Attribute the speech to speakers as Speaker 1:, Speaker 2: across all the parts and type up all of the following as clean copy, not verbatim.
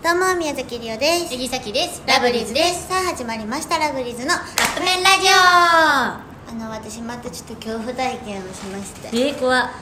Speaker 1: どうも宮崎りおです。
Speaker 2: 杉崎です。
Speaker 1: ラブリーズです。さあ始まりましたラブリーズの
Speaker 2: カップ麺ラジ
Speaker 1: 私またちょっと恐怖体験をしまして、
Speaker 2: オ。怖っ。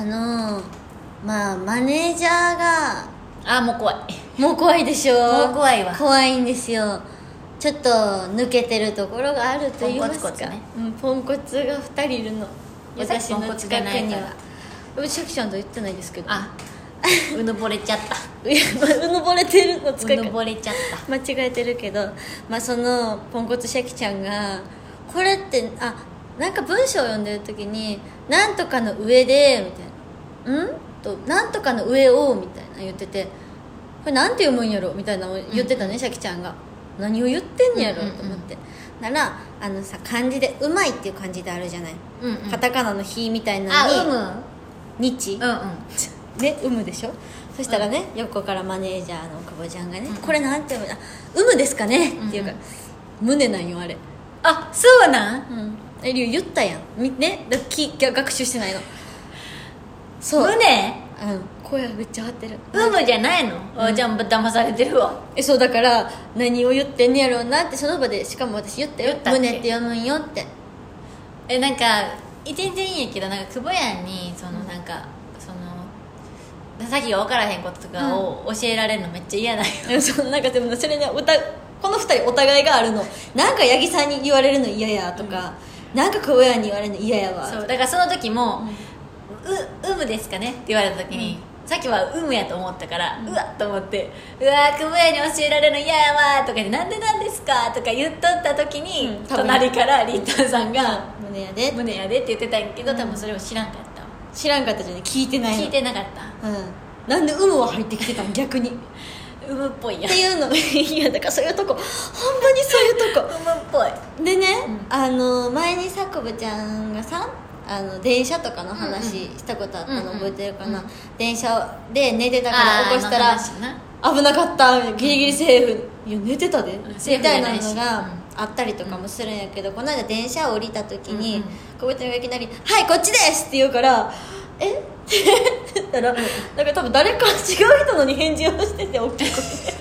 Speaker 1: マネージャーが
Speaker 2: もう怖い。
Speaker 1: もう怖いでしょ。
Speaker 2: もう怖いわ。
Speaker 1: 怖いんですよ。ちょっと抜けてるところがあると言いますか、
Speaker 2: ポンコツね。
Speaker 1: ポンコツが2人いるの。私の近くには。シャキちゃんと言ってないですけど、
Speaker 2: うぬぼれちゃった
Speaker 1: うぬぼれてるの使い方
Speaker 2: うぬぼれちゃった
Speaker 1: 間違えてるけど、そのポンコツシャキちゃんがこれってなんか文章を読んでる時になんとかの上でみたいななんとかの上をみたいな言ってて、これなんて読むんやろみたいなのを言ってたね、シャキちゃんが何を言ってんやろと思って、なら漢字でうまいっていう漢字であるじゃない、カタカナの日みたいなのに日ね、でしょ。そしたらね、横からマネージャーの久保ちゃんがね、これなんて読むですかねっていうか、胸なんよあれ。
Speaker 2: そうなん。
Speaker 1: リュウ言ったやんね、学習してないの。そう
Speaker 2: 胸。
Speaker 1: 声めっちゃ張ってる。
Speaker 2: じゃないの。じゃあ騙されてるわ。
Speaker 1: そうだから何を言ってんねやろうなって、その場でしかも私言ったよ、胸って読むんよって。
Speaker 2: なんか全然いいんやけど、なんか久保やんになんかさっきが分からへんこととかを教えられるのめっちゃ嫌だよ。
Speaker 1: なんかでもそれね、この2人お互いがあるの。なんか八木さんに言われるの嫌やとか、なんか久保やんに言われるの嫌やわ。
Speaker 2: そうだからその時もうむですかねって言われた時に、さっきはやと思ったから、うわっと思って、久保やに教えられるの嫌やわとかで、なんでなんですかとか言っとった時に、隣からリーターさんが
Speaker 1: 胸やで
Speaker 2: って言ってたんやけど、多分それを知らんかった。
Speaker 1: 知らんかったじゃない、聞いてないの。
Speaker 2: 聞いてなかった。
Speaker 1: なんでは入ってきてたん逆に。
Speaker 2: っぽいや
Speaker 1: っていうのいやだからそういうとこ、ほんまにそういうとこ
Speaker 2: っぽい
Speaker 1: でね、前にさこぶちゃんがさ電車とかの話したことあったの覚えてるかな、電車で寝てたから起こしたら危なかったギリギリセーフ、いや寝てたでみたいなのがあったりとかもするんやけど、この間電車降りた時にこぶちゃんがいきなり「はいこっちです!」って言うから「えっ?」って言ったら、なんか多分誰か違う人のに返事をしてて、大きい声で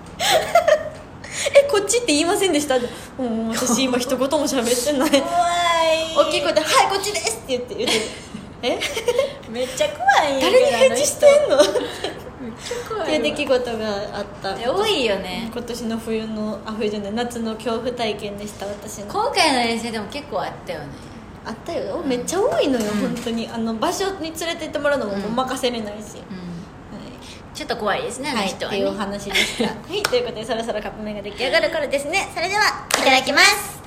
Speaker 1: こっちって言いませんでしたって、私今一言も喋ってない。
Speaker 2: 怖い。
Speaker 1: 大きい声で「はいこっちです!」って言って
Speaker 2: めっちゃ怖いんやけど、
Speaker 1: 誰に返事してんの
Speaker 2: めっちゃ怖い
Speaker 1: っていう出来事があった。
Speaker 2: 多いよね。
Speaker 1: 今年の冬じゃない夏の恐怖体験でした。私の
Speaker 2: 今回の遠征でも結構あったよね。
Speaker 1: あったよ、めっちゃ多いのよ、本当に場所に連れてってもらうのも任せれないし、
Speaker 2: ちょっと怖いですね、
Speaker 1: っていうお話でしたはい、ということでそろそろカップ麺が出来上がる頃ですね。それではいただきます。